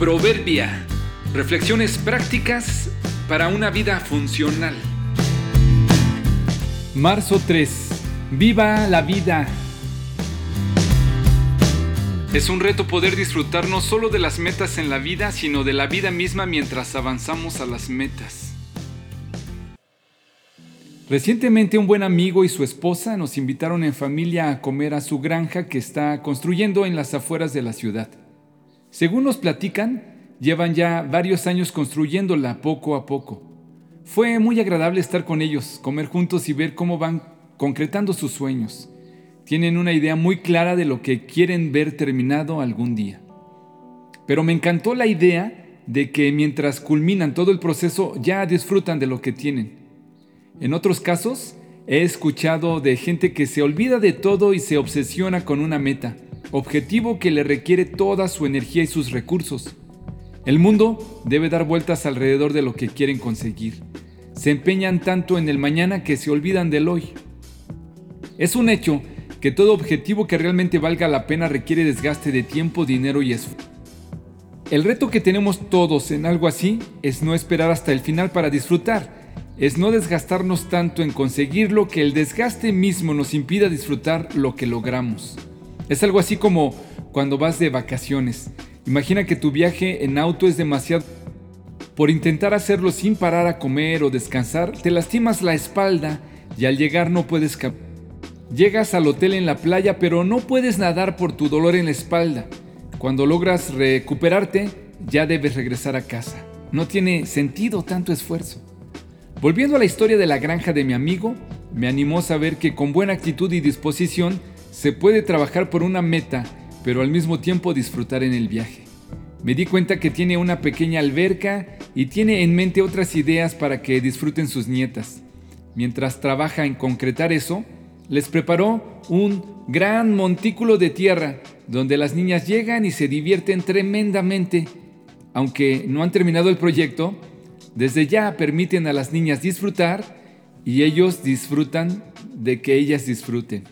Proverbia. Reflexiones prácticas para una vida funcional. Marzo 3. ¡Viva la vida! Es un reto poder disfrutar no solo de las metas en la vida, sino de la vida misma mientras avanzamos a las metas. Recientemente un buen amigo y su esposa nos invitaron en familia a comer a su granja que está construyendo en las afueras de la ciudad. Según nos platican, llevan ya varios años construyéndola poco a poco. Fue muy agradable estar con ellos, comer juntos y ver cómo van concretando sus sueños. Tienen una idea muy clara de lo que quieren ver terminado algún día. Pero me encantó la idea de que mientras culminan todo el proceso ya disfrutan de lo que tienen. En otros casos, he escuchado de gente que se olvida de todo y se obsesiona con una meta, objetivo que le requiere toda su energía y sus recursos. El mundo debe dar vueltas alrededor de lo que quieren conseguir. Se empeñan tanto en el mañana que se olvidan del hoy. Es un hecho que todo objetivo que realmente valga la pena requiere desgaste de tiempo, dinero y esfuerzo. El reto que tenemos todos en algo así es no esperar hasta el final para disfrutar. Es no desgastarnos tanto en conseguirlo que el desgaste mismo nos impida disfrutar lo que logramos. Es algo así como cuando vas de vacaciones. Imagina que tu viaje en auto es demasiado. Por intentar hacerlo sin parar a comer o descansar, te lastimas la espalda y al llegar no puedes caminar. Llegas al hotel en la playa, pero no puedes nadar por tu dolor en la espalda. Cuando logras recuperarte, ya debes regresar a casa. No tiene sentido tanto esfuerzo. Volviendo a la historia de la granja de mi amigo, me animó a saber que con buena actitud y disposición se puede trabajar por una meta, pero al mismo tiempo disfrutar en el viaje. Me di cuenta que tiene una pequeña alberca y tiene en mente otras ideas para que disfruten sus nietas. Mientras trabaja en concretar eso, les preparó un gran montículo de tierra donde las niñas llegan y se divierten tremendamente. Aunque no han terminado el proyecto, desde ya permiten a las niñas disfrutar y ellos disfrutan de que ellas disfruten.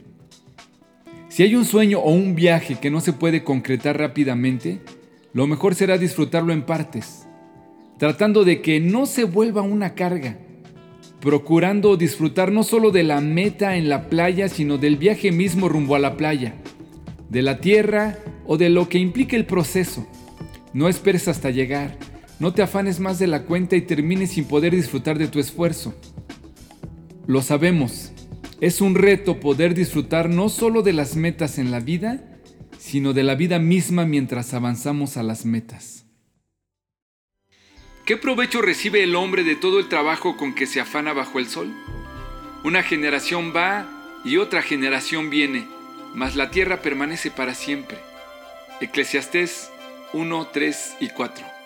Si hay un sueño o un viaje que no se puede concretar rápidamente, lo mejor será disfrutarlo en partes, tratando de que no se vuelva una carga, procurando disfrutar no solo de la meta en la playa, sino del viaje mismo rumbo a la playa, de la tierra o de lo que implique el proceso. No esperes hasta llegar, no te afanes más de la cuenta y termines sin poder disfrutar de tu esfuerzo. Lo sabemos. Es un reto poder disfrutar no solo de las metas en la vida, sino de la vida misma mientras avanzamos a las metas. ¿Qué provecho recibe el hombre de todo el trabajo con que se afana bajo el sol? Una generación va y otra generación viene, mas la tierra permanece para siempre. Eclesiastés 1, 3 y 4.